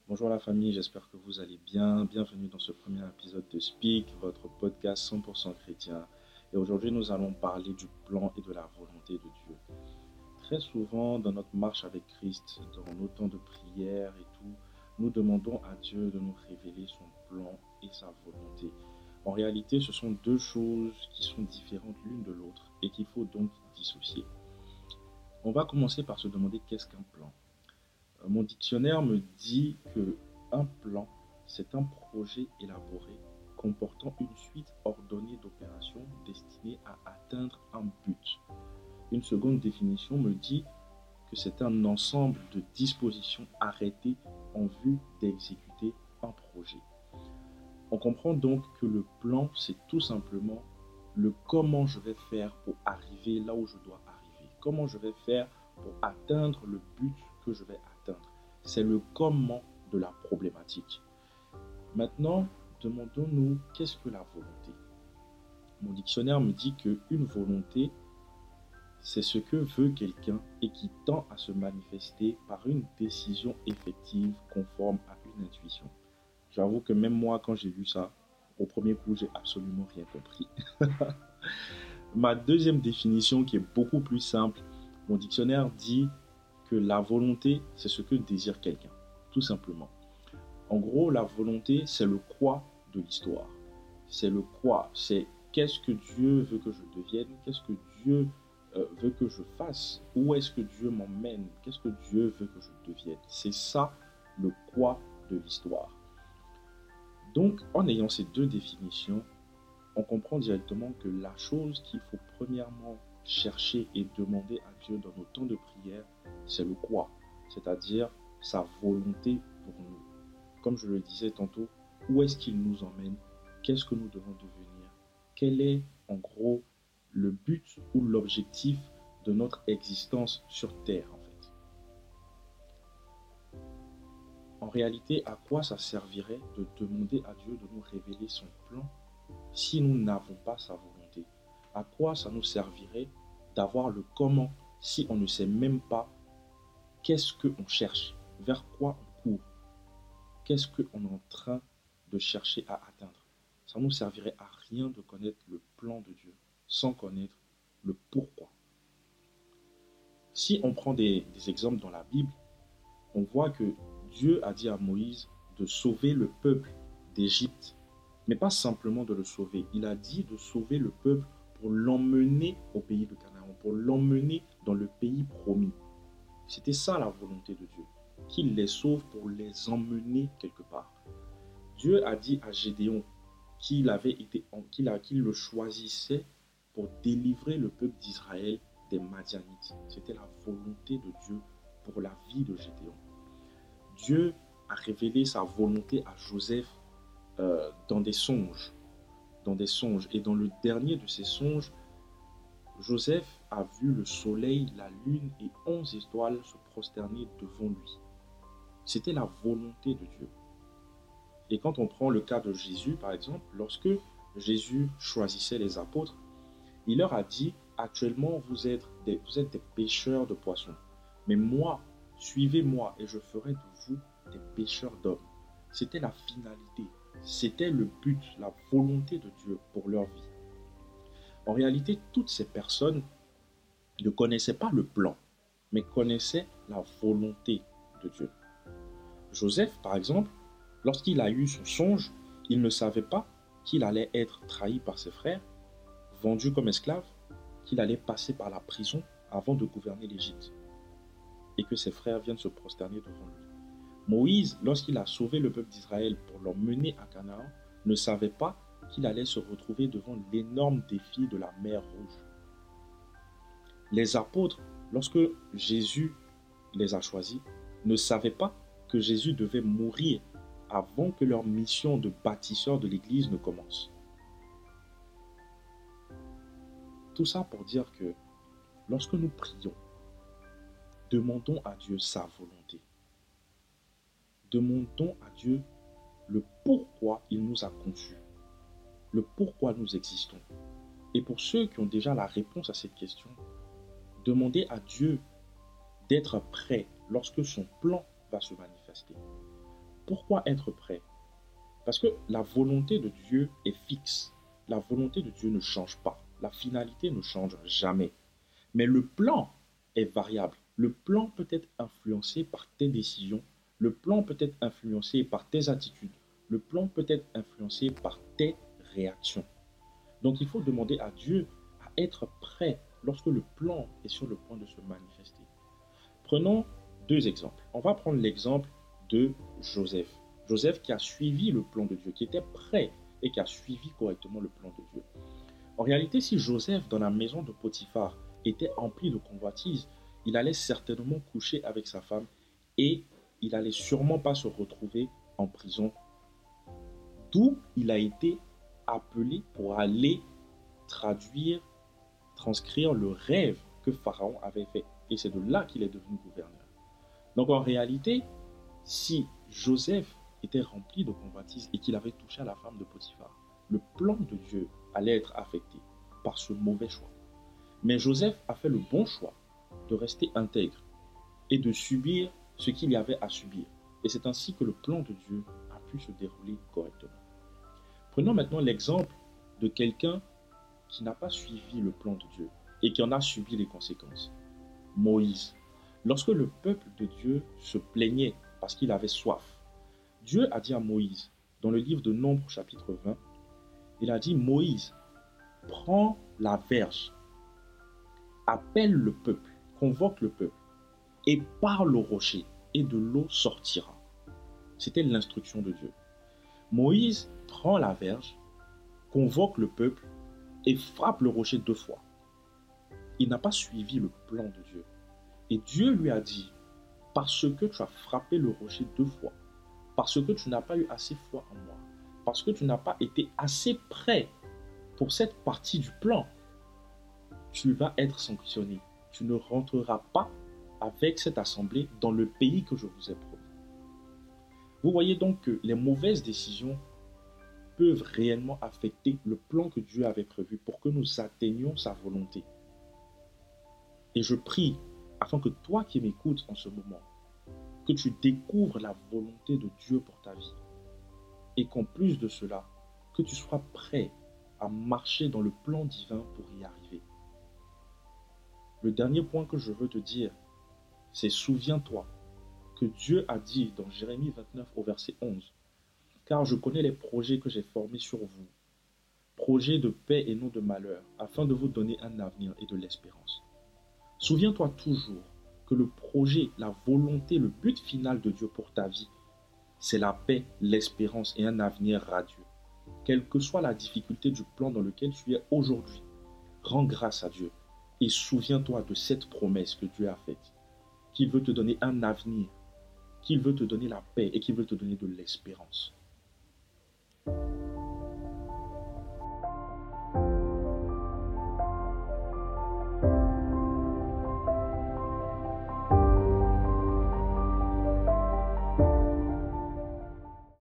Bonjour la famille, j'espère que vous allez bien. Bienvenue dans ce premier épisode de Speak, votre podcast 100% chrétien. Et aujourd'hui, nous allons parler du plan et de la volonté de Dieu. Très souvent, dans notre marche avec Christ, dans nos temps de prière et tout, nous demandons à Dieu de nous révéler son plan et sa volonté. En réalité, ce sont deux choses qui sont différentes l'une de l'autre et qu'il faut donc dissocier. On va commencer par se demander qu'est-ce qu'un plan. Mon dictionnaire me dit que un plan, c'est un projet élaboré comportant une suite ordonnée d'opérations destinées à atteindre un but. Une seconde définition me dit que c'est un ensemble de dispositions arrêtées en vue d'exécuter un projet. On comprend donc que le plan, c'est tout simplement le comment je vais faire pour arriver là où je dois arriver. Comment je vais faire pour atteindre le but que je vais atteindre. C'est le comment de la problématique. Maintenant, demandons-nous qu'est-ce que la volonté. Mon dictionnaire me dit qu'une volonté, c'est ce que veut quelqu'un et qui tend à se manifester par une décision effective conforme à une intuition. J'avoue que même moi, quand j'ai lu ça, au premier coup, j'ai absolument rien compris. Ma deuxième définition, qui est beaucoup plus simple, mon dictionnaire dit que la volonté, c'est ce que désire quelqu'un, tout simplement. En gros, la volonté, c'est le quoi de l'histoire. C'est le quoi, c'est qu'est-ce que Dieu veut que je devienne, qu'est-ce que Dieu veut que je fasse, où est-ce que Dieu m'emmène, qu'est-ce que Dieu veut que je devienne. C'est ça le quoi de l'histoire. Donc, en ayant ces deux définitions, on comprend directement que la chose qu'il faut premièrement chercher et demander à Dieu dans nos temps de prière, c'est le quoi, c'est-à-dire sa volonté pour nous. Comme je le disais tantôt, où est-ce qu'il nous emmène? Qu'est-ce que nous devons devenir? Quel est, en gros, le but ou l'objectif de notre existence sur Terre, en fait? En réalité, à quoi ça servirait de demander à Dieu de nous révéler son plan si nous n'avons pas sa volonté? À quoi ça nous servirait d'avoir le comment si on ne sait même pas qu'est-ce qu'on cherche, vers quoi on court, qu'est-ce qu'on est en train de chercher à atteindre? Ça ne nous servirait à rien de connaître le plan de Dieu sans connaître le pourquoi. Si on prend des exemples dans la Bible, on voit que Dieu a dit à Moïse de sauver le peuple d'Égypte, mais pas simplement de le sauver. Il a dit de sauver le peuple pour l'emmener au pays de Canaan, pour l'emmener dans le pays promis. C'était ça la volonté de Dieu, qu'il les sauve pour les emmener quelque part. Dieu a dit à Gédéon qu'il le choisissait pour délivrer le peuple d'Israël des Madianites. C'était la volonté de Dieu pour la vie de Gédéon. Dieu a révélé sa volonté à Joseph dans des songes. Et dans le dernier de ces songes, Joseph a vu le soleil, la lune et 11 étoiles se prosterner devant lui. C'était la volonté de Dieu. Et quand on prend le cas de Jésus, par exemple, lorsque Jésus choisissait les apôtres, il leur a dit, actuellement, vous êtes des pêcheurs de poissons. Mais moi, suivez-moi et je ferai de vous des pêcheurs d'hommes. C'était la finalité, c'était le but, la volonté de Dieu pour leur vie. En réalité, toutes ces personnes ne connaissaient pas le plan, mais connaissaient la volonté de Dieu. Joseph, par exemple, lorsqu'il a eu son songe, il ne savait pas qu'il allait être trahi par ses frères, vendu comme esclave, qu'il allait passer par la prison avant de gouverner l'Égypte, et que ses frères viennent se prosterner devant lui. Moïse, lorsqu'il a sauvé le peuple d'Israël pour l'emmener à Canaan, ne savait pas qu'il allait se retrouver devant l'énorme défi de la mer Rouge. Les apôtres, lorsque Jésus les a choisis, ne savaient pas que Jésus devait mourir avant que leur mission de bâtisseur de l'Église ne commence. Tout ça pour dire que lorsque nous prions, demandons à Dieu sa volonté. Demandons à Dieu le pourquoi il nous a conçus, le pourquoi nous existons. Et pour ceux qui ont déjà la réponse à cette question, demandez à Dieu d'être prêt lorsque son plan va se manifester. Pourquoi être prêt? Parce que la volonté de Dieu est fixe. La volonté de Dieu ne change pas. La finalité ne change jamais. Mais le plan est variable. Le plan peut être influencé par tes décisions. Le plan peut être influencé par tes attitudes. Le plan peut être influencé par tes réactions. Donc il faut demander à Dieu à être prêt lorsque le plan est sur le point de se manifester. Prenons deux exemples. On va prendre l'exemple de Joseph. Joseph qui a suivi le plan de Dieu, qui était prêt et qui a suivi correctement le plan de Dieu. En réalité, si Joseph, dans la maison de Potiphar, était empli de convoitise, il allait certainement coucher avec sa femme et il allait sûrement pas se retrouver en prison. D'où il a été appelé pour aller traduire, transcrire le rêve que Pharaon avait fait. Et c'est de là qu'il est devenu gouverneur. Donc en réalité, si Joseph était rempli de convoitise et qu'il avait touché à la femme de Potiphar, le plan de Dieu allait être affecté par ce mauvais choix. Mais Joseph a fait le bon choix de rester intègre et de subir ce qu'il y avait à subir. Et c'est ainsi que le plan de Dieu a pu se dérouler correctement. Prenons maintenant l'exemple de quelqu'un qui n'a pas suivi le plan de Dieu et qui en a subi les conséquences. Moïse. Lorsque le peuple de Dieu se plaignait parce qu'il avait soif, Dieu a dit à Moïse, dans le livre de Nombres chapitre 20, il a dit, Moïse, prends la verge, appelle le peuple, convoque le peuple et parle au rocher et de l'eau sortira. C'était l'instruction de Dieu. Moïse prend la verge, convoque le peuple et frappe le rocher 2 fois. Il n'a pas suivi le plan de Dieu. Et Dieu lui a dit, parce que tu as frappé le rocher 2 fois, parce que tu n'as pas eu assez foi en moi, parce que tu n'as pas été assez prêt pour cette partie du plan, tu vas être sanctionné. Tu ne rentreras pas avec cette assemblée dans le pays que je vous ai promis. Vous voyez donc que les mauvaises décisions peuvent réellement affecter le plan que Dieu avait prévu pour que nous atteignions sa volonté. Et je prie, afin que toi qui m'écoutes en ce moment, que tu découvres la volonté de Dieu pour ta vie. Et qu'en plus de cela, que tu sois prêt à marcher dans le plan divin pour y arriver. Le dernier point que je veux te dire, c'est souviens-toi que Dieu a dit dans Jérémie 29 au verset 11, « Car je connais les projets que j'ai formés sur vous, projets de paix et non de malheur, afin de vous donner un avenir et de l'espérance. » Souviens-toi toujours que le projet, la volonté, le but final de Dieu pour ta vie, c'est la paix, l'espérance et un avenir radieux. Quelle que soit la difficulté du plan dans lequel tu es aujourd'hui, rends grâce à Dieu et souviens-toi de cette promesse que Dieu a faite, qu'il veut te donner un avenir, qu'il veut te donner la paix et qu'il veut te donner de l'espérance.